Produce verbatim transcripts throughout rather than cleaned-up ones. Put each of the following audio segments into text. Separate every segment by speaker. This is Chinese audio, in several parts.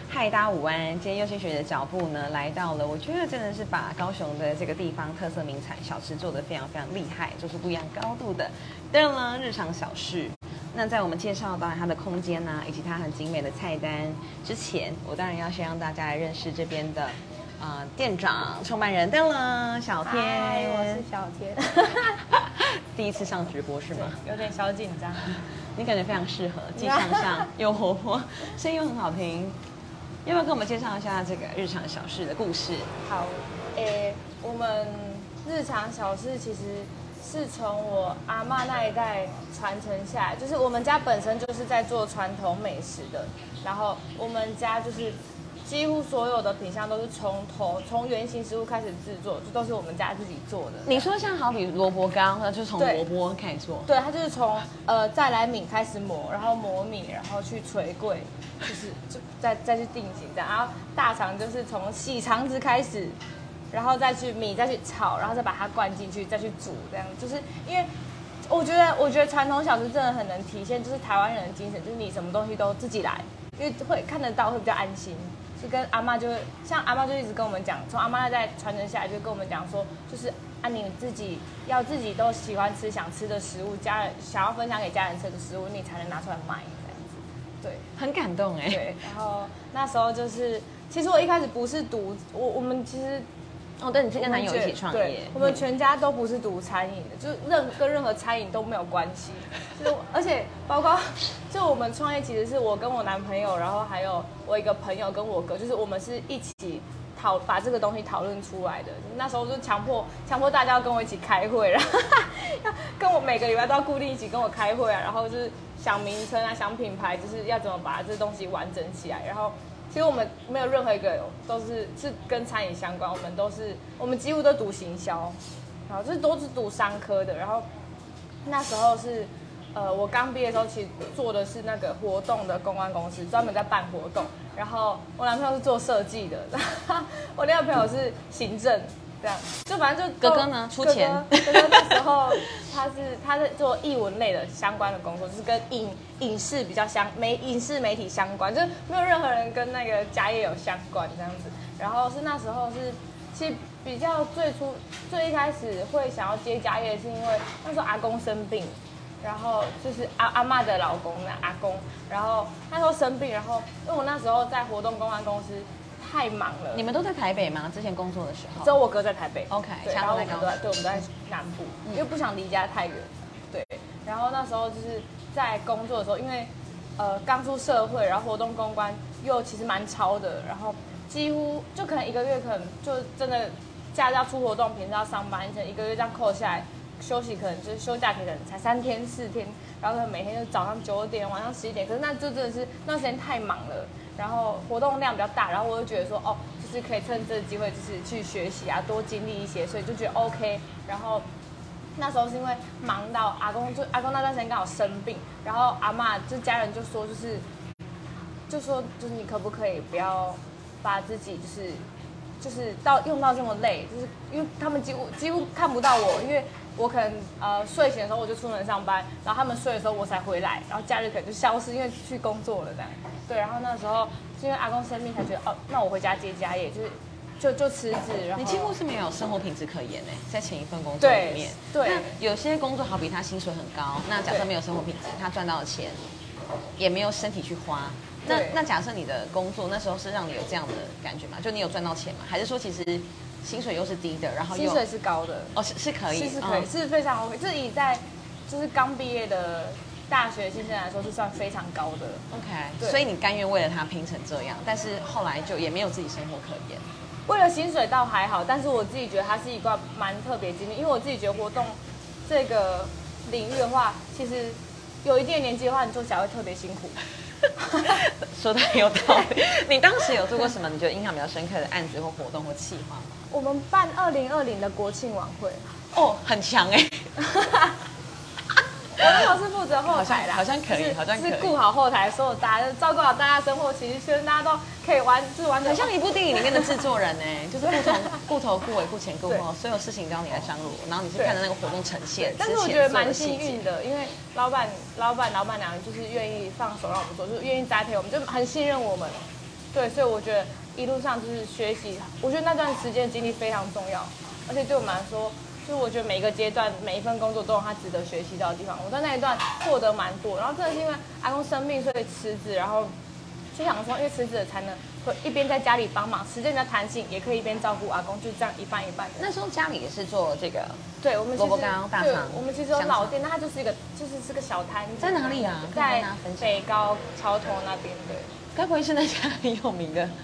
Speaker 1: 嗨，大家午安！今天佑心学的脚步呢，来到了，我觉得真的是把高雄的这个地方特色名产小吃做得非常非常厉害，做出不一样高度的。当然了，日常小事。那在我们介绍到它的空间呐、啊，以及它很精美的菜单之前，我当然要先让大家来认识这边的。呃，店长、创办人，登了，小天，
Speaker 2: 我是小天，
Speaker 1: 第一次上直播是吗？
Speaker 2: 有点小紧张。
Speaker 1: 你感觉非常适合，既向上又活泼，声音又很好听。要不要跟我们介绍一下这个日常小事的故事？
Speaker 2: 好，诶，我们日常小事其实是从我阿嬷那一代传承下来，就是我们家本身就是在做传统美食的，然后我们家就是。几乎所有的品相都是从头从原型食物开始制作，就都是我们家自己做的。
Speaker 1: 你说像好比萝卜糕，那就从萝卜开始做。
Speaker 2: 对，它就是从呃再来米开始磨，然后磨米，然后去捶柜，就是就再再去定型这样。然后大肠就是从洗肠子开始，然后再去米再去炒，然后再把它灌进去，再去煮这样。就是因为我觉得我觉得传统小吃真的很能体现就是台湾人的精神，就是你什么东西都自己来，因为会看得到会比较安心。就跟阿嬷就像阿嬷就一直跟我们讲，从阿嬷那代传承下来，就跟我们讲说，就是啊你自己要自己都喜欢吃想吃的食物，家人想要分享给家人吃的食物，你才能拿出来卖这样子。对，
Speaker 1: 很感动哎。
Speaker 2: 对，然后那时候就是，其实我一开始不是读我我们其实。
Speaker 1: 哦，对，你是跟男友一起创业。
Speaker 2: 对，我们全家都不是读餐饮的，就任跟任何餐饮都没有关系。就是而且包括，就我们创业其实是我跟我男朋友，然后还有我一个朋友跟我哥，就是我们是一起讨把这个东西讨论出来的。那时候就强迫强迫大家要跟我一起开会，然后要跟我每个礼拜都要固定一起跟我开会啊，然后就是想名称啊，想品牌，就是要怎么把这东西完整起来，然后。其实我们没有任何一个都是是跟餐饮相关，我们都是我们几乎都读行销，然后就是都是读商科的。然后那时候是呃我刚毕业的时候，其实做的是那个活动的公关公司，专门在办活动。然后我男朋友是做设计的，我另外朋友是行政。这样，就反正就
Speaker 1: 哥哥呢出钱。
Speaker 2: 哥哥, 哥哥那时候他是他在做艺文类的相关的工作，就是跟影影视比较相媒影视媒体相关，就是没有任何人跟那个家业有相关这样子。然后是那时候是，其实比较最初最一开始会想要接家业，是因为那时候阿公生病，然后就是阿阿嬷的老公呢阿公，然后那时候生病，然后因为我那时候在活动公关公司。太忙了。
Speaker 1: 你们都在台北吗？之前工作的时候？
Speaker 2: 只有我哥在台北。
Speaker 1: OK，
Speaker 2: 对，然后我们都在，对，我们都在南部，嗯、因为不想离家太远。对，然后那时候就是在工作的时候，因为呃刚出社会，然后活动公关又其实蛮超的，然后几乎就可能一个月可能就真的假日要出活动，平时要上班，可能一个月这样扣下来，休息可能就是休假可能才三天四天，然后可能每天就早上九点，晚上十一点，可是那就真的是那时间太忙了。然后活动量比较大，然后我就觉得说，哦，就是可以趁这个机会，就是去学习啊，多经历一些，所以就觉得 OK。然后那时候是因为忙到阿公，就阿公那段时间刚好生病，然后阿嬷就家人就说，就是就说就是你可不可以不要把自己就是就是到用到这么累，就是因为他们几乎几乎看不到我，因为我可能呃睡醒的时候我就出门上班，然后他们睡的时候我才回来，然后假日可能就消失，因为去工作了这样。对，然后那时候是因为阿公生病，才觉得哦，那我回家接家业，就是就就辞职。然后
Speaker 1: 你几乎是没有生活品质可言呢，在前一份工作里面。
Speaker 2: 对。对
Speaker 1: 那有些工作好比他薪水很高，那假设没有生活品质，他赚到的钱也没有身体去花。那那假设你的工作那时候是让你有这样的感觉吗？就你有赚到钱吗？还是说其实薪水又是低的，然后又
Speaker 2: 薪水是高的？
Speaker 1: 哦，是是可以，
Speaker 2: 是是可以，嗯、是非常 OK。这以在就是刚毕业的。大学新生来说是算非常高的
Speaker 1: ，OK， 所以你甘愿为了他拼成这样，但是后来就也没有自己生活可言。
Speaker 2: 为了薪水倒还好，但是我自己觉得它是一个蛮特别经历，因为我自己觉得活动这个领域的话，其实有一定的年纪的话，你做起来会特别辛苦。
Speaker 1: 说的有道理。你当时有做过什么你觉得印象比较深刻的案子或活动或企划吗？
Speaker 2: 我们办二零二零的国庆晚会，
Speaker 1: 哦，很强哎、欸。
Speaker 2: 我那时候是负责后台啦，
Speaker 1: 好像可以，好像可以，
Speaker 2: 是顾好后台，所有大家照顾好大家生活，其实希望大家都可以完，就是完全。
Speaker 1: 很像一部电影里面的制作人呢，就是顾头、顾头、顾尾、顾前、顾后，所有事情都要你来上路，然后你是看着那个活动呈现。
Speaker 2: 但是我觉得蛮幸运的，因为老板、老板、老板娘就是愿意放手让我们做，就是愿意栽培我们，就很信任我们。 对，所以我觉得一路上就是学习，我觉得那段时间的经历非常重要，而且对我们来说，就是我觉得每一个阶段每一份工作都有它值得学习到的地方。我在那一段获得蛮多，然后真的是因为阿公生病，所以辞职，然后就想说，因为辞职了才能会一边在家里帮忙，时间比较弹性，也可以一边照顾阿公，就这样一半一半。
Speaker 1: 那时候家里也是做这个，
Speaker 2: 对，我们
Speaker 1: 萝卜糕大肠，
Speaker 2: 我们其实有老店，那它就是一个就是是个小摊子。
Speaker 1: 在哪里啊？
Speaker 2: 在北高桥头那边，对。
Speaker 1: 该不会是那家很有名的？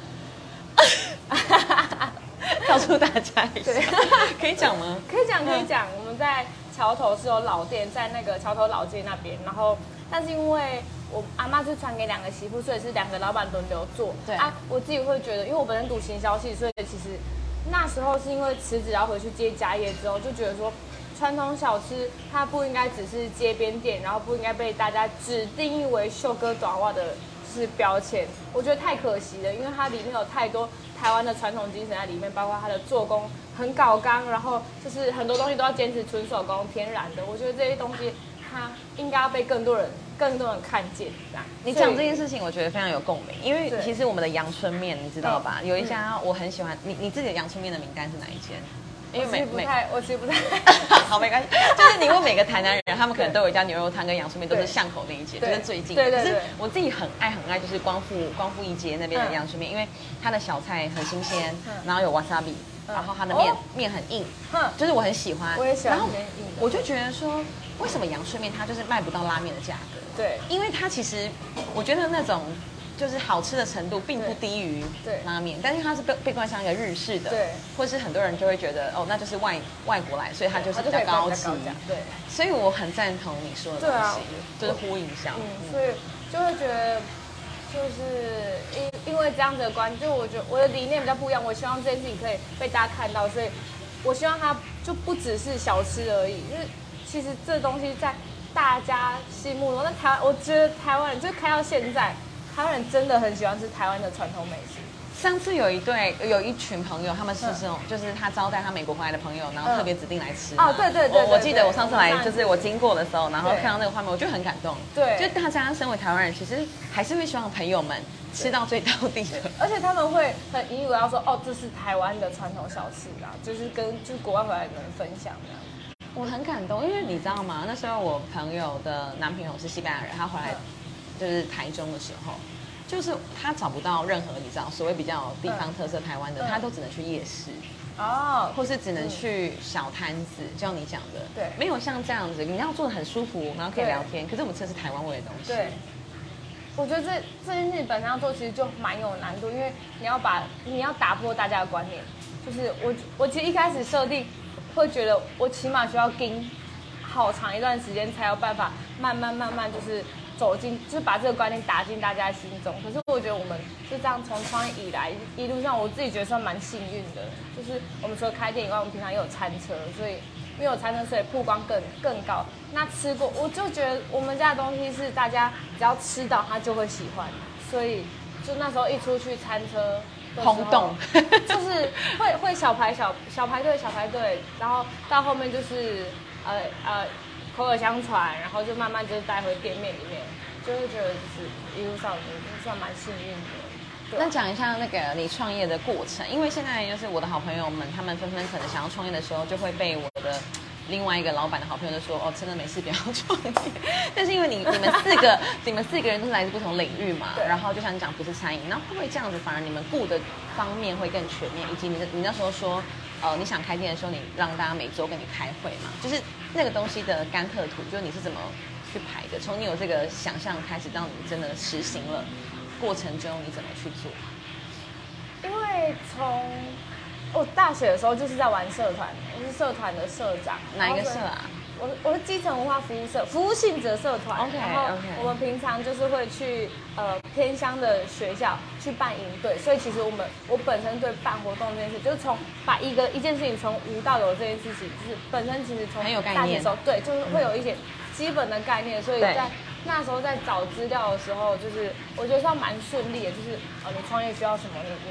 Speaker 1: 告诉大家一下，可以讲吗？
Speaker 2: 可以讲，可以讲。我们在桥头是有老店，在那个桥头老街那边。然后，但是因为我阿妈是传给两个媳妇，所以是两个老板轮流做。
Speaker 1: 对
Speaker 2: 啊，我自己会觉得，因为我本身读行销系，所以其实那时候是因为辞职然后回去接家业之后，就觉得说，传统小吃它不应该只是街边店，然后不应该被大家只定义为秀哥短袜的是标签。我觉得太可惜了，因为它里面有太多台湾的传统精神在里面，包括它的做工很搞刚，然后就是很多东西都要坚持纯手工、天然的。我觉得这些东西它应该要被更多人、更多人看见。这样，
Speaker 1: 你讲这件事情，我觉得非常有共鸣，因为其实我们的阳春面，你知道吧？有一家我很喜欢，你你自己的阳春面的名单是哪一间？
Speaker 2: 因为每不太，我其实不太
Speaker 1: 好，没关系。就是你问每个台南人，他们可能都有一家牛肉汤跟阳春面，都是巷口那一间，就是最近的。
Speaker 2: 对对对。
Speaker 1: 可是我自己很爱很爱，就是光复光复一街那边的阳春面，因为它的小菜很新鲜，然后有 wasabi，然后它的面面很硬，就是我很喜欢。
Speaker 2: 我也喜欢
Speaker 1: 面硬的。我就觉得说，为什么阳春面它就是卖不到拉面的价格？
Speaker 2: 对，
Speaker 1: 因为它其实我觉得那种。就是好吃的程度并不低于拉面，但是它是被被冠上一个日式的，
Speaker 2: 对，
Speaker 1: 或是很多人就会觉得哦，那就是外外国来，所以它就是比较高级，
Speaker 2: 对，
Speaker 1: 所以我很赞同你说的东西，就是呼应上，
Speaker 2: 嗯，所以就会觉得就是因因为这样子的关系，就我觉得我的理念比较不一样，我希望这件事情可以被大家看到，所以我希望它就不只是小吃而已，因为其实这东西在大家心目中，那台湾我觉得台湾人就开到现在。台湾人真的很喜欢吃台湾的传统美食。
Speaker 1: 上次有一对有一群朋友，他们是这种，嗯、就是他招待他美国回来的朋友，然后特别指定来吃。
Speaker 2: 哦，对对对, 对，
Speaker 1: 我我记得我上次来，就是我经过的时候，然后看到那个画面，我就很感动。
Speaker 2: 对，
Speaker 1: 就大家身为台湾人，其实还是会希望朋友们吃到最到地的。
Speaker 2: 而且他们会很引以为傲说，哦，这是台湾的传统小吃啊，就是跟就是国外回来的人分享这样。
Speaker 1: 我很感动，因为你知道吗？那时候我朋友的男朋友是西班牙人，他回来。嗯就是台中的时候，就是他找不到任何你知道所谓比较地方特色台湾的，嗯、他都只能去夜市哦，或是只能去小摊子，就像你讲的，
Speaker 2: 对，
Speaker 1: 没有像这样子，你要做的很舒服，然后可以聊天。可是我们吃的是台湾味的东西。
Speaker 2: 对，我觉得这这件事本身要做，其实就蛮有难度，因为你要把你要打破大家的观念。就是我我其实一开始设定会觉得，我起码需要盯好长一段时间，才有办法慢慢慢慢就是。走进，就是把这个观念打进大家心中。可是我觉得我们就这样从创业以来一路上，我自己觉得算蛮幸运的。就是我们除了开店以外，我们平常也有餐车，所以因为有餐车，所以曝光更更高。那吃过，我就觉得我们家的东西是大家只要吃到，他就会喜欢。所以就那时候一出去餐车，
Speaker 1: 轰动，
Speaker 2: 就是会会小排小小排队小排队，然后到后面就是呃呃。口耳相传，然后就慢慢就是带回店面里面，就会觉得就是一路上就是算蛮幸运的。
Speaker 1: 那讲一下那个你创业的过程，因为现在就是我的好朋友们，他们纷纷可能想要创业的时候，就会被我的另外一个老板的好朋友就说：“哦，真的没事，不要创业。”但是因为你你们四个你们四个人都是来自不同领域嘛，然后就像你讲不是餐饮，那会不会这样子反而你们顾的方面会更全面？以及你你那时候说，呃，你想开店的时候，你让大家每周跟你开会嘛，就是那个东西的甘特图，就是你是怎么去排的？从你有这个想象开始到你真的实行了，过程中你怎么去做？
Speaker 2: 因为从我大学的时候就是在玩社团，我是社团的社长。
Speaker 1: 哪一个社啊？
Speaker 2: 我我是基层文化服务社，服务性质社团。
Speaker 1: OK，
Speaker 2: 然后我们平常就是会去呃偏乡的学校去办营队，所以其实我们我本身对办活动这件事，就是从把一个一件事情从无到有这件事情，就是本身其实从
Speaker 1: 很有概念，
Speaker 2: 对，就是会有一些基本的概念，所以在那时候在找资料的时候，就是我觉得算蛮顺利的，就是呃你创业需要什么，你你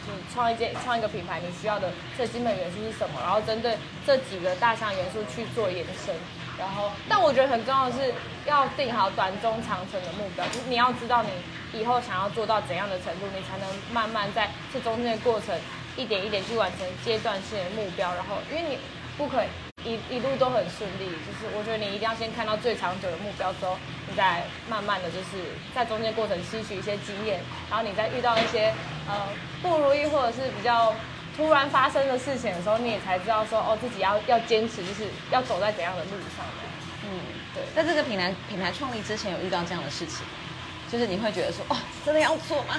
Speaker 2: 就是创一件创一个品牌，你需要的最基本元素是什么，然后针对这几个大项元素去做延伸。然后，但我觉得很重要的是要定好短中长程的目标，就是你要知道你以后想要做到怎样的程度，你才能慢慢在这中间的过程一点一点去完成阶段性的目标。然后，因为你不可以一一路都很顺利，就是我觉得你一定要先看到最长久的目标之后，你再慢慢的就是在中间过程吸取一些经验，然后你再遇到一些呃不如意或者是比较突然发生的事情的时候，你也才知道说哦，自己要要坚持，就是要走在怎样的路上的。
Speaker 1: 嗯，对。在这个品牌品牌创立之前，有遇到这样的事情，就是你会觉得说，哦，真的要做吗？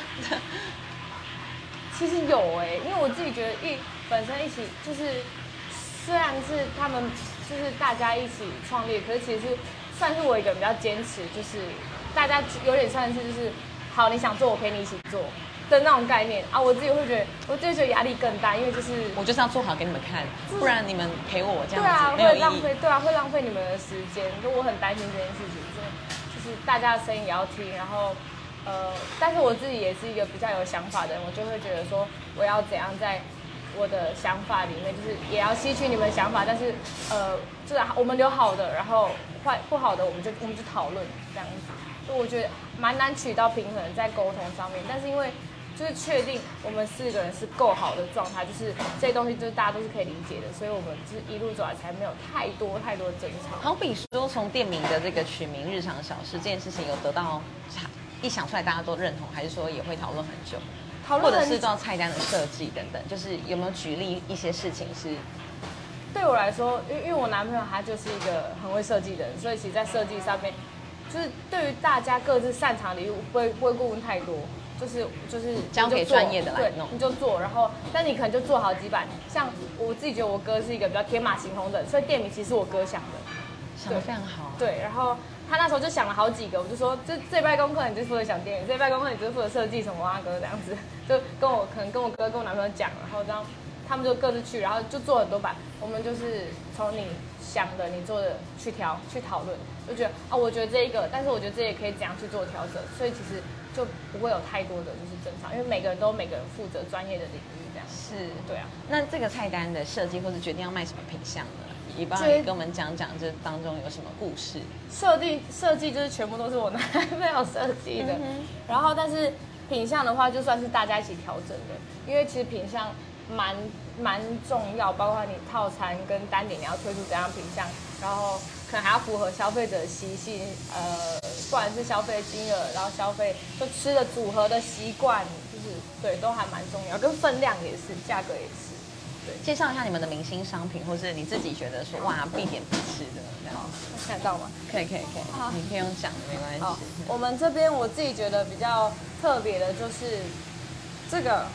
Speaker 2: 其实有哎、欸，因为我自己觉得一本身一起就是，虽然是他们就是大家一起创立，可是其实算是我一个人比较坚持，就是大家有点算是就是好，你想做我陪你一起做的那种概念啊。我自己会觉得，我自己觉得压力更大，因为就是
Speaker 1: 我就是要做好给你们看，不然你们陪我这样子
Speaker 2: 对啊，
Speaker 1: 没有意义。
Speaker 2: 会浪费，对啊，会浪费你们的时间。就我很担心这件事情，就是大家的声音也要听，然后。呃，但是我自己也是一个比较有想法的人，我就会觉得说，我要怎样在我的想法里面，就是也要吸取你们的想法，但是呃，就是我们留好的，然后坏不好的我们就我们就讨论这样子。就我觉得蛮难取到平衡在沟通上面，但是因为就是确定我们四个人是够好的状态，就是这些东西就是大家都是可以理解的，所以我们就是一路走来才没有太多太多的争吵。
Speaker 1: 好比说，从店名的这个取名“日常小事”这件事情，有得到一想出来大家都认同，还是说也会讨论很久？讨论或者是到菜单的设计等等，就是有没有举例一些事情是？
Speaker 2: 对我来说，因为因为我男朋友他就是一个很会设计的人，所以其实在设计上面，就是对于大家各自擅长的领域，不会不会过问太多，就是就是
Speaker 1: 交给专业的来弄，
Speaker 2: 你就做，然后但你可能就做好几版。像我自己觉得我哥是一个比较天马行空的人，所以店名其实是我哥想的，
Speaker 1: 想得非常好。
Speaker 2: 对，然后。他那时候就想了好几个，我就说这这拜功课你就负责想电影，这拜功课你就负责设计什么啊哥这样子，就跟我可能跟我哥跟我男朋友讲，然后这样他们就各自去，然后就做很多版，我们就是从你想的你做的去挑去讨论，就觉得啊、哦、我觉得这一个，但是我觉得这也可以怎样去做调整，所以其实就不会有太多的就是争吵，因为每个人都有每个人负责专业的领域这样。
Speaker 1: 是，
Speaker 2: 对啊。
Speaker 1: 那这个菜单的设计或者决定要卖什么品项呢？也帮你跟我们讲讲这当中有什么故事。
Speaker 2: 设计设计就是全部都是我男朋友设计的，嗯、然后但是品项的话就算是大家一起调整的，因为其实品项蛮蛮重要，包括你套餐跟单点你要推出怎样品项，然后可能还要符合消费者的习性，呃，不管是消费金额，然后消费就吃的组合的习惯，就是对都还蛮重要，跟分量也是，价格也是。对，
Speaker 1: 介绍一下你们的明星商品，或是你自己觉得说哇必点必吃的这样。
Speaker 2: 看得到吗？
Speaker 1: 可以可以可以，好，你可以用讲的没关系。
Speaker 2: 我们这边我自己觉得比较特别的就是这个，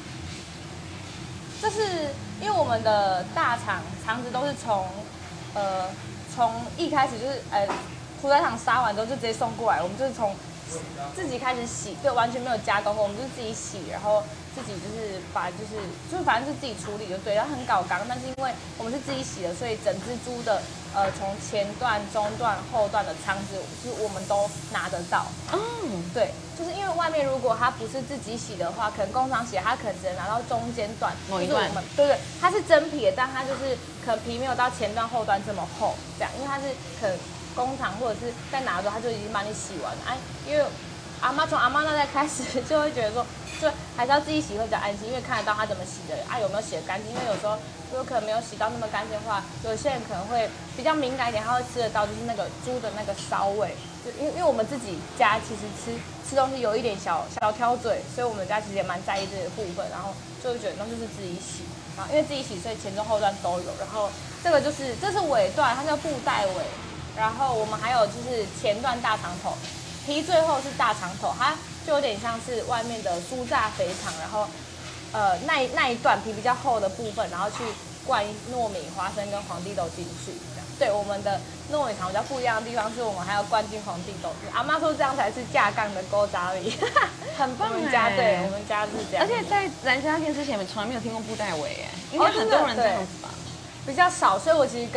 Speaker 2: 这是因为我们的大厂肠子都是从呃从一开始就是呃屠宰场杀完之后就直接送过来，我们就是从自己开始洗，对，完全没有加工过，我们就是自己洗，然后自己就是把就是就是反正是自己处理就对，然后很搞刚，但是因为我们是自己洗的，所以整只猪的呃从前段、中段、后段的肠子，就是我们都拿得到。嗯，对，就是因为外面如果它不是自己洗的话，可能工厂洗，它可能只能拿到中间段
Speaker 1: 某一段，
Speaker 2: 就是我们对对，它是真皮的，但它就是可能皮没有到前段、后段这么厚，这样，因为它是可能工厂或者是在拿的时候，它就已经帮你洗完了，哎，因为阿妈从阿妈那代开始就会觉得说，就还是要自己洗会比较安心，因为看得到它怎么洗的，啊有没有洗得干净，因为有时候如果可能没有洗到那么干净的话，有些人可能会比较敏感一点，他会吃得到就是那个猪的那个骚味，就因为因为我们自己家其实吃吃东西有一点小小挑嘴，所以我们家其实也蛮在意这个部分，然后就会觉得那就是自己洗，然后因为自己洗，所以前中后段都有，然后这个就是这是尾段，它叫布袋尾，然后我们还有就是前段大肠头。皮最后是大肠头，它就有点像是外面的酥炸肥肠，然后，呃，那那一段皮比较厚的部分，然后去灌糯米、花生跟黄地豆进去。这样，对，我们的糯米肠比较不一样的地方是我们还要灌进黄地豆。阿妈说这样才是架杠的勾扎里，
Speaker 1: 很棒。
Speaker 2: 我们家对，我们家是这样。
Speaker 1: 而且在咱家店之前，我们从来没有听过布袋尾，哎，应该很多人这样子吧？
Speaker 2: 比较少，所以我其实跟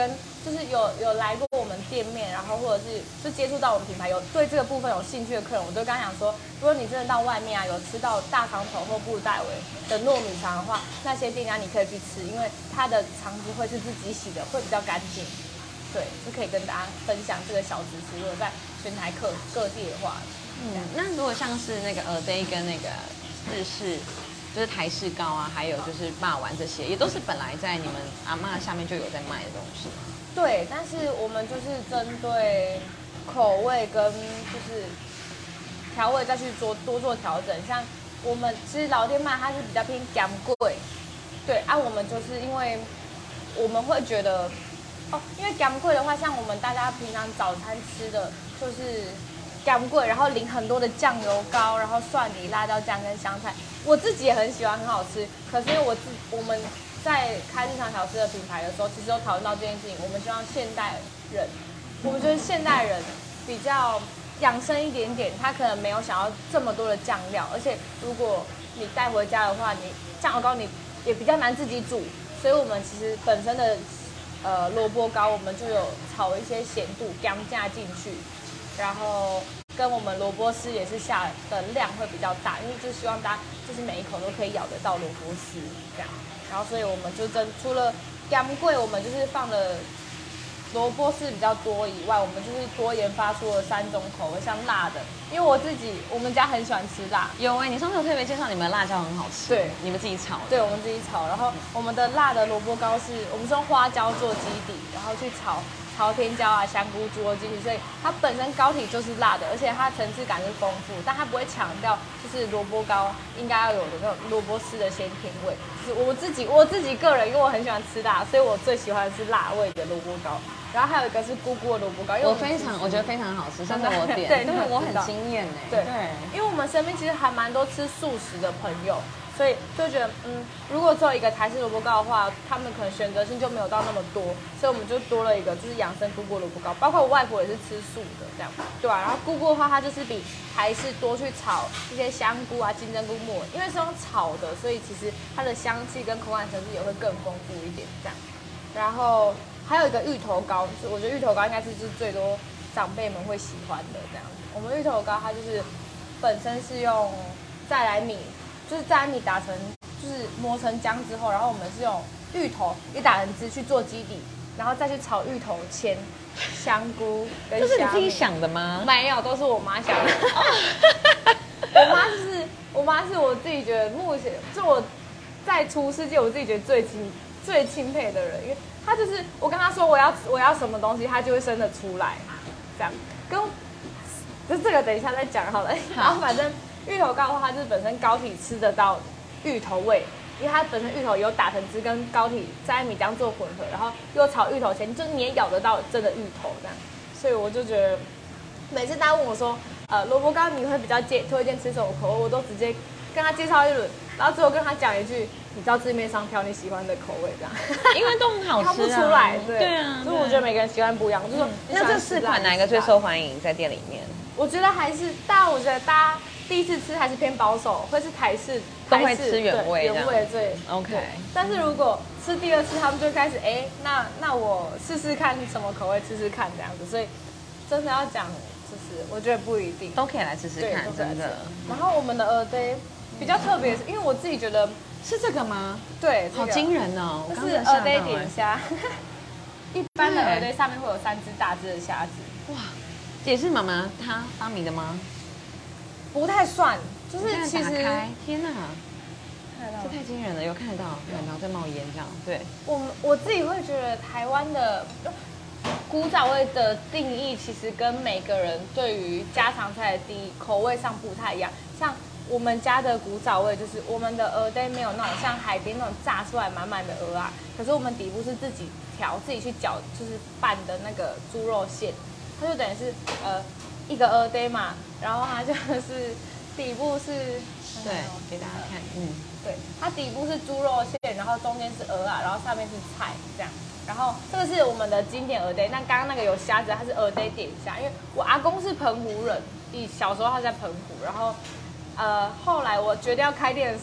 Speaker 2: 就是有有来过我们店面，然后或者是就接触到我们品牌有对这个部分有兴趣的客人，我都跟他讲说，如果你真的到外面啊有吃到大肠头或布袋围的糯米肠的话，那些店家你可以去吃，因为它的肠子会是自己洗的，会比较干净。对，就可以跟大家分享这个小知识。如果在全台各各地的话，
Speaker 1: 嗯，那如果像是那个耳杯跟那个日式，就是台式糕啊，还有就是霸丸这些，也都是本来在你们阿嬷下面就有在卖的东西。
Speaker 2: 对，但是我们就是针对口味跟就是调味再去做多做调整。像我们其实老店卖它是比较偏咸贵，对啊，我们就是因为我们会觉得。哦，因为咸贵的话，像我们大家平常早餐吃的就是咸贵，然后淋很多的酱油膏，然后蒜泥、辣椒酱跟香菜，我自己也很喜欢，很好吃。可是我自我们在开日常小吃的品牌的时候，其实有讨论到这件事情。我们希望现代人，我们觉得现代人比较养生一点点，他可能没有想要这么多的酱料，而且如果你带回家的话，你酱油膏你也比较难自己煮，所以我们其实本身的。呃，萝卜糕我们就有炒一些咸度姜加进去，然后跟我们萝卜丝也是下的量会比较大，因为就希望大家就是每一口都可以咬得到萝卜丝这样，然后所以我们就真除了姜桂我们就是放了萝卜丝比较多以外，我们就是多研发出了三种口味，像辣的，因为我自己我们家很喜欢吃辣。
Speaker 1: 有哎、欸，你上次有特别介绍你们的辣椒很好吃，
Speaker 2: 对，
Speaker 1: 你们自己炒的。
Speaker 2: 对，我们自己炒，然后我们的辣的萝卜糕是我们是用花椒做基底，然后去炒朝天椒啊、香菇、猪肉进去，所以它本身膏体就是辣的，而且它层次感是丰富，但它不会强调就是萝卜糕应该要有的那种萝卜丝的鲜甜味。就是我自己我自己个人，因为我很喜欢吃辣，所以我最喜欢的是辣味的萝卜糕。然后还有一个是菇菇的萝卜糕，因为
Speaker 1: 我, 我非常我觉得非常好吃，上次我点，对，对我很惊艳哎，
Speaker 2: 对，对，因为我们身边其实还蛮多吃素食的朋友，所以就觉得嗯，如果只有一个台式萝卜糕的话，他们可能选择性就没有到那么多，所以我们就多了一个就是养生菇菇萝卜糕，包括我外婆也是吃素的这样，对吧、啊？然后菇菇的话，它就是比台式多去炒一些香菇啊、金针菇末，因为是用炒的，所以其实它的香气跟口感层次也会更丰富一点这样，然后。还有一个芋头糕，我觉得芋头糕应该是就是最多长辈们会喜欢的这样子。我们芋头糕它就是本身是用再来米，就是再来米打成就是磨成浆之后，然后我们是用芋头一打成汁去做基底，然后再去炒芋头签、香菇跟虾米。这是你
Speaker 1: 自己想的吗？
Speaker 2: 没有，都是我妈想的。我妈是，我妈是我自己觉得目前就我在厨师界我自己觉得最钦最钦佩的人，因为。他就是我跟他说我要我要什么东西，他就会生得出来，这样。跟就这个等一下再讲好了。然后反正芋头糕的话，它就是本身膏体吃得到芋头味，因为它本身芋头有打成汁跟膏体在米浆做混合，然后又炒芋头前，就是你也咬得到真的芋头这样。所以我就觉得，每次大家问我说，呃，萝卜糕你会比较介推荐吃什么口味，我都直接跟他介绍一轮，然后最后跟他讲一句。你到字面上挑你喜欢的口味，这样，
Speaker 1: 因为都很好吃、啊，
Speaker 2: 挑不出来，对，
Speaker 1: 对啊，
Speaker 2: 所以我觉得每个人喜欢不一样。就是说，
Speaker 1: 那这四款哪一个最受欢迎在店里面？
Speaker 2: 我觉得还是，当然我觉得大家第一次吃还是偏保守，会是台式，
Speaker 1: 都会吃原味，
Speaker 2: 原味最
Speaker 1: OK。
Speaker 2: 但是如果吃第二次，他们就开始，哎，那那我试试看什么口味，吃吃看这样子。所以真的要讲，就是我觉得不一定，
Speaker 1: 都可以来试试看，真的。
Speaker 2: 然后我们的耳杯比较特别，因为我自己觉得。
Speaker 1: 是这个吗？
Speaker 2: 对，
Speaker 1: 好惊人哦！
Speaker 2: 这是耳杯点虾，一般的耳杯上面会有三只大只的虾子。
Speaker 1: 哇，也是妈妈她发明的吗？
Speaker 2: 不太算，就是其实
Speaker 1: 天哪，这太惊人了！有看得到，看得到在冒烟这样。对，
Speaker 2: 我我自己会觉得台湾的古早味的定义，其实跟每个人对于家常菜的定义口味上不太一样，像。我们家的古早味就是我们的鹅蛋没有那种像海边那种炸出来满满的鹅啊，可是我们底部是自己调、自己去搅，就是拌的那个猪肉馅，它就等于是呃一个鹅蛋嘛，然后它就是底部是，
Speaker 1: 对，给大家看，嗯，
Speaker 2: 对，它底部是猪肉馅，然后中间是鹅啊，然后上面是菜这样。然后这个是我们的经典鹅蛋，那刚刚那个有虾子，它是鹅蛋点虾，因为我阿公是澎湖人，以小时候他在澎湖，然后。呃，后来我决定要开店的时候，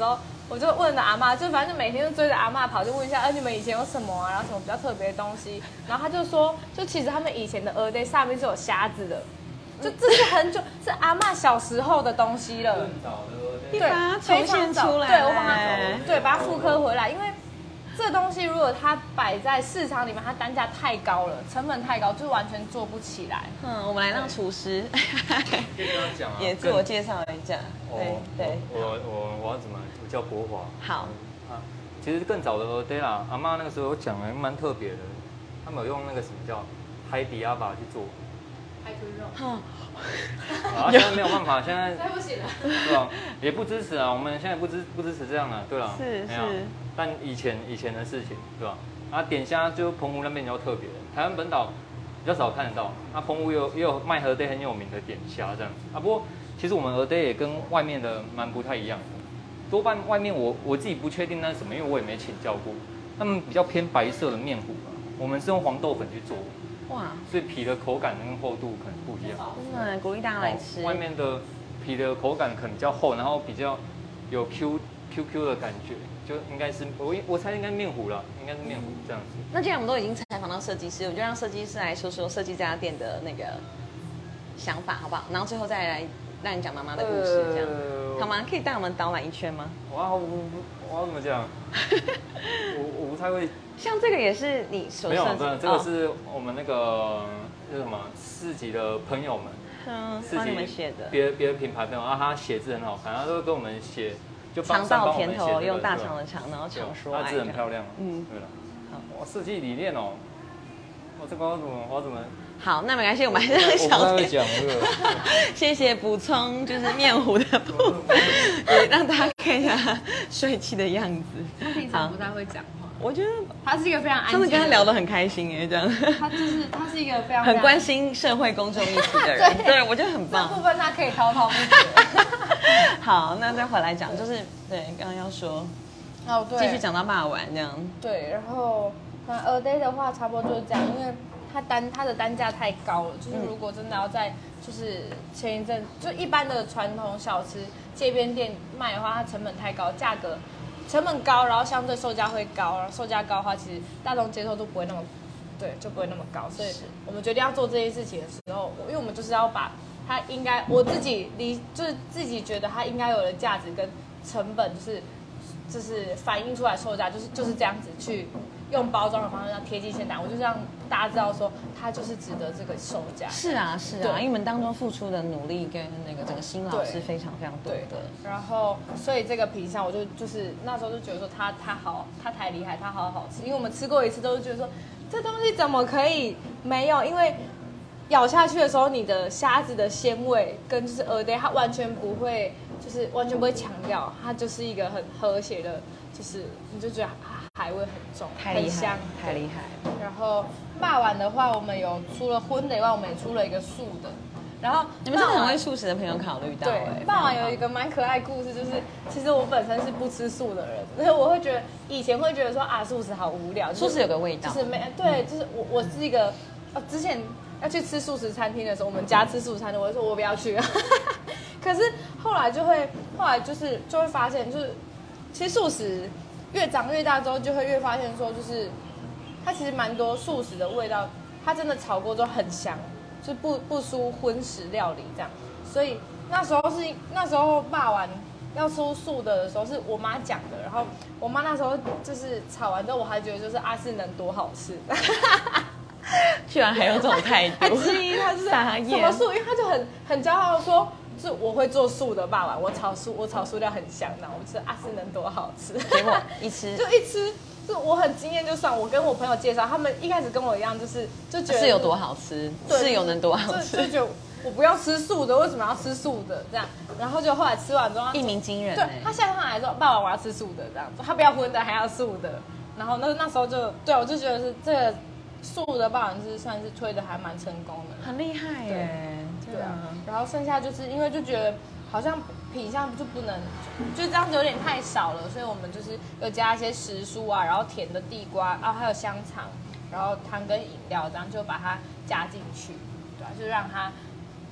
Speaker 2: 我就问了阿嬷，就反正就每天就追着阿嬷跑，就问一下，呃，你们以前有什么啊？然后什么比较特别的东西？然后他就说，就其实他们以前的鹅day上面是有虾子的，就这是很久，是阿嬷小时候的东西了。
Speaker 3: 更早的鹅day，
Speaker 1: 对，把它重现出来，
Speaker 2: 对，我把它对把它复刻回来，因为这东西如果它摆在市场里面，它单价太高了，成本太高，就完全做不起来。
Speaker 1: 嗯，我们来让厨师也自我介绍一下。
Speaker 3: 哦，对，我我我要怎么？我叫博华。
Speaker 1: 好。
Speaker 3: 啊，其实更早的鹅day啦，阿妈那个时候讲的蛮特别的，他们有用那个什么叫海底鸭把去做。
Speaker 2: 海豚肉。
Speaker 1: 嗯。
Speaker 3: 啊，现在没有办法，现在。
Speaker 2: 现在不行了。
Speaker 3: 对吧？也不支持啊，我们现在不支不支持这样的，对了。
Speaker 1: 是是。
Speaker 3: 但以前以前的事情，对吧？啊，点虾就澎湖那边比较特别，台湾本岛比较少看得到。啊，澎湖有也有卖鹅day很有名的点虾这样子啊。不过其实我们鹅day也跟外面的蛮不太一样的，多半外面我我自己不确定那是什么，因为我也没请教过。他们比较偏白色的面糊啊，我们是用黄豆粉去做的。哇！所以皮的口感跟厚度可能不一样。
Speaker 1: 真的鼓励大家来吃。
Speaker 3: 外面的皮的口感可能比较厚，然后比较有 Q Q Q 的感觉。就应该是我我猜应该面糊了，应该是面糊这样子。
Speaker 1: 那既然我们都已经采访到设计师，我就让设计师来说说设计这家店的那个想法，好不好？然后最后再来让你讲妈妈的故事，这样、呃、好吗？可以带我们导览一圈吗？
Speaker 3: 哇，我我要怎么讲？我我不太会。
Speaker 1: 像这个也是你所
Speaker 3: 没有，真的，这个是我们那个是什么市集的朋友们，
Speaker 1: 嗯，帮你们写的，
Speaker 3: 别别的品牌朋友啊，他写字很好看，他都跟我们写。
Speaker 1: 尝到甜头，用大肠的肠，然后常说爱。
Speaker 3: 它字很漂亮，
Speaker 1: 嗯，
Speaker 3: 对了。好，哇，设计理念哦，我这个我怎么我怎么？
Speaker 1: 好，那没关系，我们还是让小
Speaker 3: 店讲这个。
Speaker 1: 谢谢补充，就是面糊的部分，也让大家看一下帅气的样子。
Speaker 2: 他平常不太会讲话，
Speaker 1: 我觉得
Speaker 2: 他是一个非常安静。
Speaker 1: 上次跟他聊得很开心哎，这样。
Speaker 2: 他就是他是一个非常
Speaker 1: 很关心社会公众议题的人，对，我觉得很棒。
Speaker 2: 这部分他可以滔滔不绝。
Speaker 1: 好，那再回来讲，就是对刚刚要说，
Speaker 2: 哦对，
Speaker 1: 继续讲到骂完这样。
Speaker 2: 对，然后那鹅day的话，差不多就是这样，因为它单它的单价太高了，就是如果真的要在就是前一阵就一般的传统小吃街边店卖的话，它成本太高，价格成本高，然后相对售价会高，然后售价高的话，其实大众接受度不会那么对，就不会那么高，所以我们决定要做这件事情的时候，因为我们就是要把。它应该我自己理就是自己觉得它应该有的价值跟成本，就是就是反映出来售价，就是就是这样子去用包装的方式让贴近现代，我就让大家知道说它就是值得这个售价。
Speaker 1: 是啊是啊，因为你们当中付出的努力跟那个整个辛劳是非常非常多的。
Speaker 2: 然后所以这个品相我就就是那时候就觉得说它它好它太厉害，它好好吃，因为我们吃过一次都是觉得说这东西怎么可以没有，因为。咬下去的时候，你的虾子的鲜味跟就是鹅day，它完全不会，就是完全不会强调，它就是一个很和谐的，就是你就觉得海味很重，很香，
Speaker 1: 太厉害。
Speaker 2: 然后霸丸的话，我们有除了荤的以外，我们也出了一个素的。然后
Speaker 1: 你们是很为素食的朋友考虑到。
Speaker 2: 对，霸丸有一个蛮可爱的故事，就是其实我本身是不吃素的人，所以我会觉得以前会觉得说啊，素食好无聊，
Speaker 1: 素食有个味道，
Speaker 2: 就是没对，就是我我是一个呃之前。要去吃素食餐厅的时候，我们家吃素食餐厅，我就说我不要去。可是后来就会，后来就是就会发现，就是其实素食越长越大之后，就会越发现说，就是它其实蛮多素食的味道，它真的炒过之后很香，就是不不输荤食料理这样。所以那时候是那时候霸完要出素的时候，是我妈讲的，然后我妈那时候就是炒完之后，我还觉得就是阿四能多好吃。
Speaker 1: 居然还有这种态度，
Speaker 2: 他质疑他是什么素，因为他就很很骄傲说，是我会做素的霸王，我炒素我炒素料很香的，我吃阿斯能多好吃。
Speaker 1: 结果一吃
Speaker 2: 就一吃，就我很惊艳就算。我跟我朋友介绍，他们一开始跟我一样，就是就觉得
Speaker 1: 是有多好吃，是有能多好吃，
Speaker 2: 就觉得我不要吃素的，为什么要吃素的这样？然后就后来吃完之后，
Speaker 1: 一鸣惊人。
Speaker 2: 对他下上来说，霸王我要吃素的这样，他不要荤的，还要素的。然后那那时候就对我就觉得是这个。素的霸王是算是推的还蛮成功的，
Speaker 1: 很厉害耶。
Speaker 2: 对啊，然后剩下就是因为就觉得好像品相就不能，就这样子有点太少了，所以我们就是有加一些时蔬啊，然后甜的地瓜啊，还有香肠，然后汤跟饮料这样就把它加进去，对啊，就让它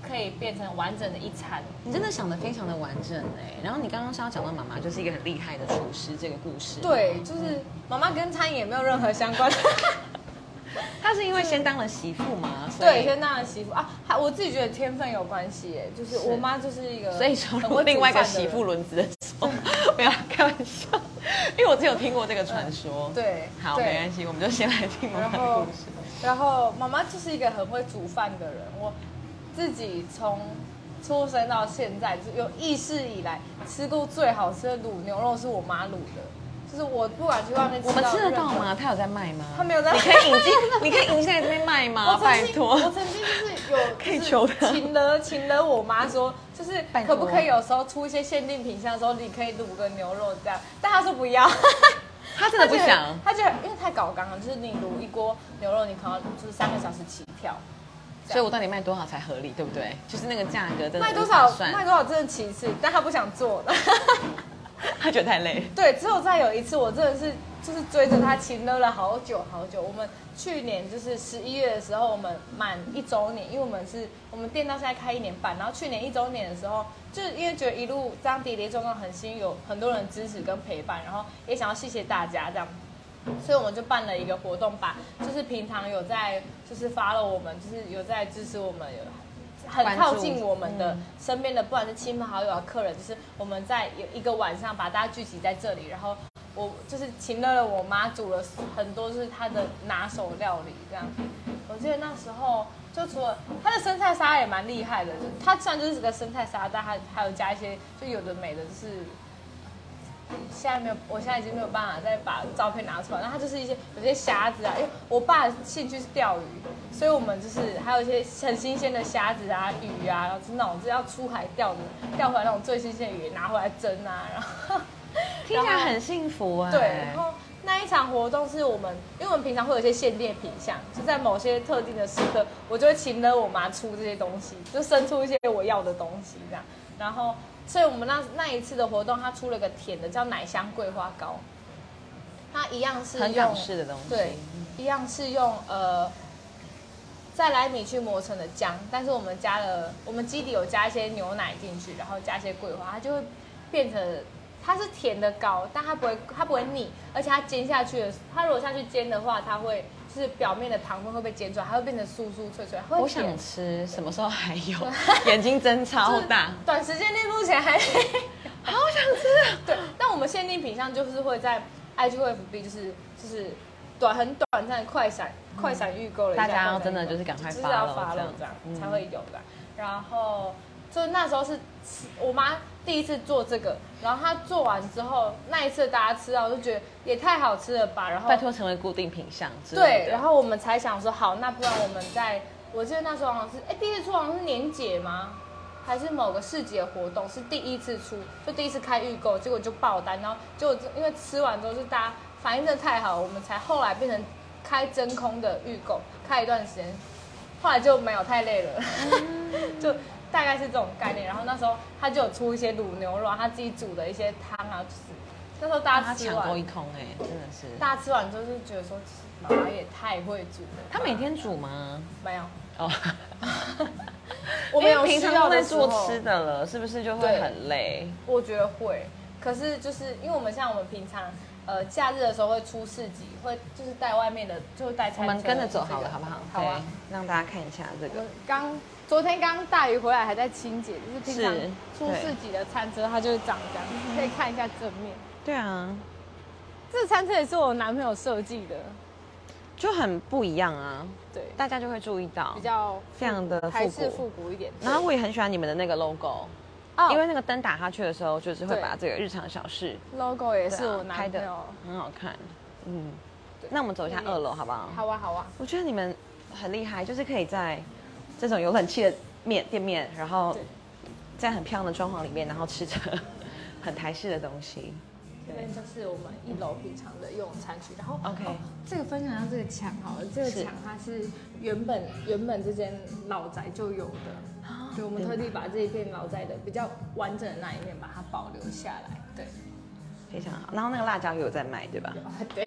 Speaker 2: 可以变成完整的一餐。
Speaker 1: 你真的想得非常的完整哎。然后你刚刚是要讲到妈妈就是一个很厉害的厨师这个故事。
Speaker 2: 对，就是妈妈跟餐饮也没有任何相关。
Speaker 1: 她是因为先当了媳妇嘛？
Speaker 2: 对，先当了媳妇啊。还我自己觉得天分有关系耶，就是我妈就是一个，
Speaker 1: 所以说如果另外一个媳妇轮值的时候，没有开玩笑，因为我只有听过这个传说。
Speaker 2: 嗯、对，
Speaker 1: 好，没关系，我们就先来听妈妈的故事。
Speaker 2: 然后妈妈就是一个很会煮饭的人，我自己从出生到现在，就有意识以来吃过最好吃的卤牛肉是我妈卤的。就是我不管去外面吃到，
Speaker 1: 我们吃得到吗？他有在卖吗？
Speaker 2: 他没有在卖。
Speaker 1: 你可以引进，你可以引进来这边卖吗？拜托。
Speaker 2: 我曾经就是有
Speaker 1: 可以求他，
Speaker 2: 请了请了我妈说，就是可不可以有时候出一些限定品项的时候，你可以卤个牛肉这样，但她说不要。
Speaker 1: 他真的不想，
Speaker 2: 他觉得因为太搞纲了，就是你卤一锅牛肉，你可能就是三个小时起跳。
Speaker 1: 所以我到底卖多少才合理，对不对？就是那个价格真的
Speaker 2: 卖多少卖多少真的其次，但他不想做的。
Speaker 1: 他觉得太累。
Speaker 2: 对，之后再有一次，我真的是就是追着他勤了了好久好久。我们去年就是十一月的时候，我们满一周年，因为我们是我们店到现在开一年半，然后去年一周年的时候，就是因为觉得一路这样跌跌撞撞很幸运，有很多人支持跟陪伴，然后也想要谢谢大家这样。所以我们就办了一个活动，把就是平常有在就是发了我们，就是有在支持我们，有很靠近我们的身边的，不管是亲朋好友啊、客人，就是我们在有一个晚上把大家聚集在这里，然后我就是请了了我妈煮了很多就是她的拿手料理这样。我记得那时候就除了她的生菜沙拉也蛮厉害的，就她虽然就是个生菜沙拉，但她还有加一些就有的没的，就是。现在没有，我现在已经没有办法再把照片拿出来。那它就是一些有些虾子啊，因为我爸的兴趣是钓鱼，所以我们就是还有一些很新鲜的虾子啊、鱼啊，然后是那种是要出海钓的，钓回来那种最新鲜的鱼拿回来蒸啊，然后
Speaker 1: 听起来很幸福哎、欸。
Speaker 2: 对，然后那一场活动是我们，因为我们平常会有一些限定品项，就在某些特定的时刻，我就会请了我妈出这些东西，就生出一些我要的东西这样，然后。所以我们那那一次的活动，它出了个甜的，叫奶香桂花糕。它一样是用
Speaker 1: 很港式的东西，
Speaker 2: 对，一样是用呃再来米去磨成的浆，但是我们加了，我们基底有加一些牛奶进去，然后加一些桂花，它就会变成它是甜的糕，但它不会它不会腻，而且它煎下去的，它如果下去煎的话，它会。就是表面的糖分会被煎出来，它会变成酥酥脆脆。
Speaker 1: 我想吃，什么时候还有？眼睛真超大。
Speaker 2: 短时间内目前还没
Speaker 1: 好想吃。
Speaker 2: 对，但我们限定品项就是会在 I G 或 F B， 就是就是短很短暂的快闪、嗯、快闪预购了一下。
Speaker 1: 大家要真的就是赶快发了，
Speaker 2: 这样这样、嗯、才会有的。然后就那时候是我妈第一次做这个，然后她做完之后，那一次大家吃到就觉得也太好吃了吧，然后
Speaker 1: 拜托成为固定品项之类
Speaker 2: 的。对，然后我们才想说，好，那不然我们在，我记得那时候好像是，哎，第一次出好像是年节吗？还是某个市集的活动是第一次出，就第一次开预购，结果就爆单，然后结果因为吃完之后就大家反应真的太好，我们才后来变成开真空的预购，开一段时间，后来就没有太累了，嗯、就。大概是这种概念，然后那时候他就有出一些卤牛肉，他自己煮的一些汤啊，就是那时候大家吃完，
Speaker 1: 他抢购一空哎、欸，真的是。
Speaker 2: 大家吃完之后就觉得说，妈妈也太会煮了。
Speaker 1: 他每天煮吗？
Speaker 2: 没有
Speaker 1: 哦，
Speaker 2: 我们有
Speaker 1: 平常都在做吃的了，是不是就会很累？
Speaker 2: 我觉得会，可是就是因为我们像我们平常。呃，假日的时候会出市集，会就是带外面的，就会带餐车。
Speaker 1: 我们跟着走好了，好不好？
Speaker 2: 好啊，
Speaker 1: 让大家看一下这个。
Speaker 2: 刚昨天刚大鱼回来，还在清洁，就是平常出市集的餐车，它就是长这样，可以看一下正面。
Speaker 1: 对啊，
Speaker 2: 这餐车也是我男朋友设计的，
Speaker 1: 就很不一样啊。
Speaker 2: 对，
Speaker 1: 大家就会注意到，
Speaker 2: 比较
Speaker 1: 非常的
Speaker 2: 还是复古一点。
Speaker 1: 然后我也很喜欢你们的那个 logo。Oh, 因为那个灯打下去的时候，就是会把这个日常小事
Speaker 2: logo 也是我男朋友、
Speaker 1: 啊、很好看。嗯，那我们走一下二楼好不好？
Speaker 2: 好啊，好啊。
Speaker 1: 我觉得你们很厉害，就是可以在这种有冷气的面店面，然后在很漂亮的装潢里面，然后吃着很台式的东西。
Speaker 2: 这边就是我们一楼平常的用餐区，然后
Speaker 1: OK，、哦、
Speaker 2: 这个分享到这个墙好了，这个墙它是原本原本这间老宅就有的。所以我们特地把这一片老宅的比较完整的那一面把它保留下来，对，
Speaker 1: 非常好。然后那个辣椒也有在卖，对吧？
Speaker 2: 对。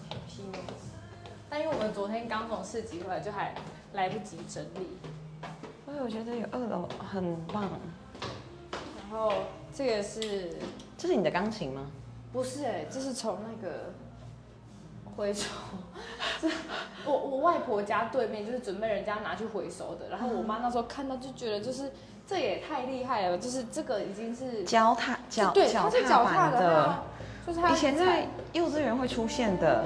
Speaker 2: 但因为我们昨天刚从市集回来，就还来不及整理。
Speaker 1: 我觉得有二楼很棒。
Speaker 2: 然后这个是，
Speaker 1: 这是你的钢琴吗？
Speaker 2: 不是哎、欸，这是从那个回收，我我外婆家对面就是准备人家拿去回收的，然后我妈那时候看到就觉得就是这也太厉害了，就是这个已经是
Speaker 1: 脚踏脚
Speaker 2: 对，
Speaker 1: 脚
Speaker 2: 它是脚踏
Speaker 1: 的，
Speaker 2: 的，就是它
Speaker 1: 以前在幼稚园会出现的。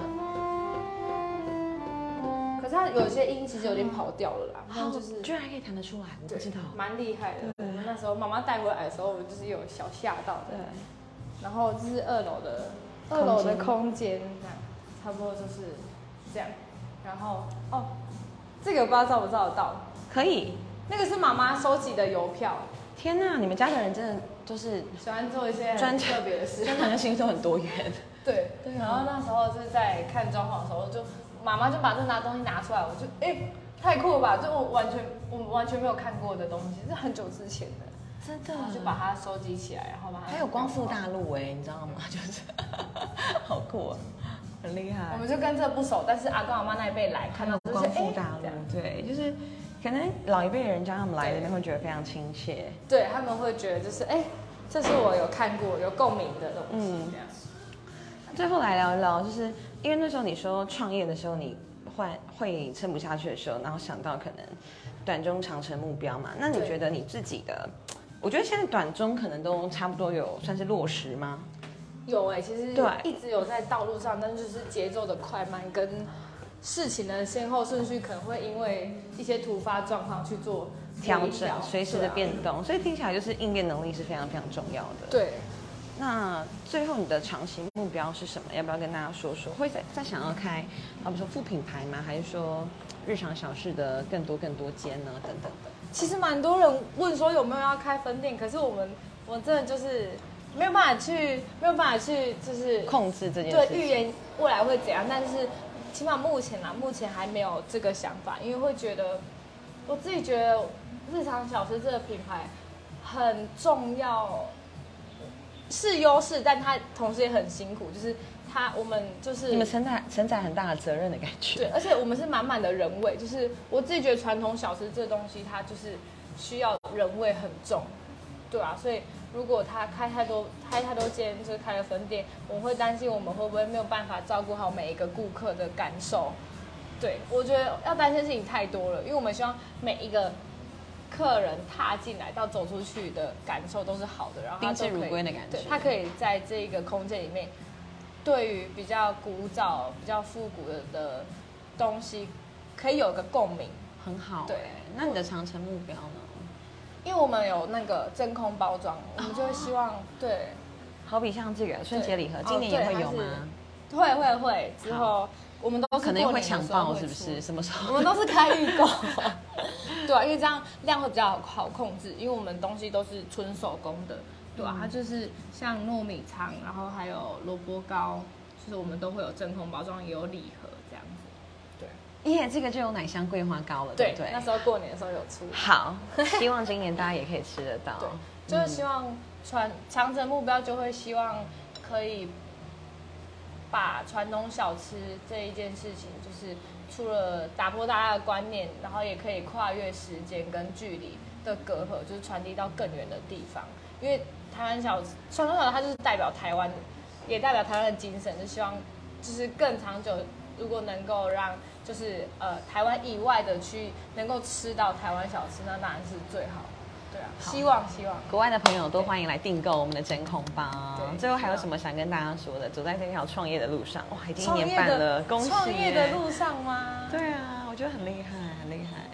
Speaker 2: 可是它有些音其实有点跑掉了啦，
Speaker 1: 好，
Speaker 2: 就是
Speaker 1: 居然还可以弹得出来，我不知道，
Speaker 2: 蛮厉害的。我们那时候妈妈带回来的时候，我就是有小吓到的。
Speaker 1: 对。
Speaker 2: 然后这是二楼的，二楼的空间，这样差不多就是这样。然后哦，这个我不知道照不照得到？
Speaker 1: 可以。
Speaker 2: 那个是妈妈收集的邮票。
Speaker 1: 天哪，你们家的人真的就是
Speaker 2: 喜欢做一些很特别的事，
Speaker 1: 专长跟兴趣都很多元。
Speaker 2: 对，对。然后那时候就是在看装潢的时候，就妈妈就把这拿东西拿出来，我就哎、欸，太酷了吧！就我完全我们完全没有看过的东西，是很久之前的。
Speaker 1: 真的，
Speaker 2: 就把它收集起来，然后把它。
Speaker 1: 还有光复大陆哎、欸，你知道吗？就是好酷啊，很厉害。
Speaker 2: 我们就跟这不熟，但是阿公阿妈那一辈来看到
Speaker 1: 光复大陆，对，就是可能老一辈人家他们来这边会觉得非常亲切，
Speaker 2: 对他们会觉得就是哎、欸，这是我有看过有共鸣的东西。嗯，这样。
Speaker 1: 最后来聊一聊，就是因为那时候你说创业的时候，你会会撑不下去的时候，然后想到可能短中长程目标嘛，那你觉得你自己的？我觉得现在短中可能都差不多有算是落实吗？
Speaker 2: 有哎、欸，其实
Speaker 1: 对，
Speaker 2: 一直有在道路上，但是就是节奏的快慢跟事情的先后顺序，可能会因为一些突发状况去做
Speaker 1: 调整，随时的变动，啊、所以听起来就是应变能力是非常非常重要的。
Speaker 2: 对。
Speaker 1: 那最后你的长期目标是什么？要不要跟大家说说？会再再想要开，啊，比如说副品牌吗？还是说日常小事的更多更多间呢？等等的。
Speaker 2: 其实蛮多人问说有没有要开分店，可是我们我真的就是没有办法去，没有办法去就是
Speaker 1: 控制这件事，
Speaker 2: 对，预言未来会怎样。但是起码目前啊，目前还没有这个想法，因为会觉得我自己觉得日常小吃这个品牌很重要。是优势，但它同时也很辛苦，就是它我们就是
Speaker 1: 你们承载承载很大的责任的感觉。
Speaker 2: 对，而且我们是满满的人味，就是我自己觉得传统小吃这个东西，它就是需要人味很重，对啊，所以如果它开太多开太多间，就是开了分店，我会担心我们会不会没有办法照顾好每一个顾客的感受。对，我觉得要担心的事情太多了，因为我们希望每一个客人踏进来到走出去的感受都是好的，然后他都可以
Speaker 1: 宾至如归的感觉。
Speaker 2: 对，他可以在这个空间里面，对于比较古早、比较复古的的东西，可以有个共鸣，
Speaker 1: 很好、欸。
Speaker 2: 对，
Speaker 1: 那你的长程目标呢？
Speaker 2: 因为我们有那个真空包装，我们就会希望、哦、对，
Speaker 1: 好比像这个春节礼盒，今年也会有吗？
Speaker 2: 哦、会会会，之后我们都是
Speaker 1: 可能会抢爆，是不是？什么时候？
Speaker 2: 我们都是开预购。对啊，因为这样量会比较好控制，因为我们东西都是纯手工的，对啊，嗯、它就是像糯米肠，然后还有萝卜糕，就是我们都会有真空包装，也有礼盒这样子。
Speaker 1: 对，耶，这个就有奶香桂花糕了，对不对？
Speaker 2: 那时候过年的时候有出。
Speaker 1: 好，希望今年大家也可以吃得到。
Speaker 2: 对，就是希望传长程目标就会希望可以把传统小吃这一件事情，就是除了打破大家的观念，然后也可以跨越时间跟距离的隔阂，就是传递到更远的地方。因为台湾小吃，传统小吃它就是代表台湾，也代表台湾的精神，就希望就是更长久。如果能够让就是呃台湾以外的区域能够吃到台湾小吃，那当然是最好。对啊，希望希望
Speaker 1: 国外的朋友都欢迎来订购我们的真空包。最后还有什么想跟大家说的？走在这条创业的路上，哇，已经一年半了，恭喜！
Speaker 2: 创业的路上吗？
Speaker 1: 对啊，我觉得很厉害，很厉害。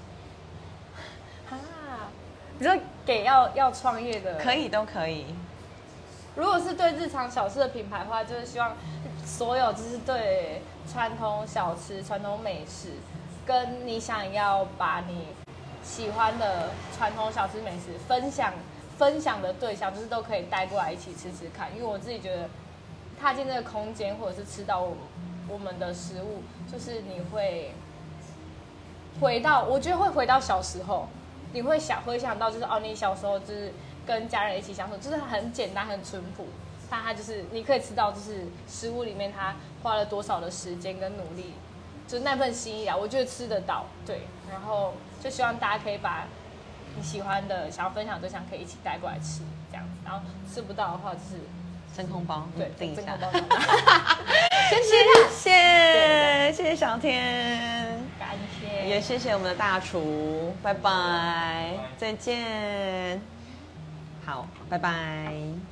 Speaker 2: 啊，你说给要要创业的，
Speaker 1: 可以都可以。
Speaker 2: 如果是对日常小吃的品牌的话，就是希望所有就是对传统小吃、传统美食，跟你想要把你喜欢的传统小吃美食分享分享的对象，就是都可以带过来一起吃吃看。因为我自己觉得，踏进这个空间，或者是吃到我我们的食物，就是你会回到，我觉得会回到小时候，你会想回想到，就是哦，你小时候就是跟家人一起相处，就是很简单、很淳朴，但它就是你可以吃到，就是食物里面它花了多少的时间跟努力，就是那份心意啊，我觉得吃得到。对，然后就希望大家可以把你喜欢的想要分享对象可以一起带过来吃这样子，然后吃不到的话就是
Speaker 1: 真空包，
Speaker 2: 对，
Speaker 1: 订一下。
Speaker 2: 真空包。
Speaker 1: 谢谢，谢谢小天，
Speaker 2: 感谢，
Speaker 1: 也谢谢我们的大厨，拜拜，再见，好，拜拜。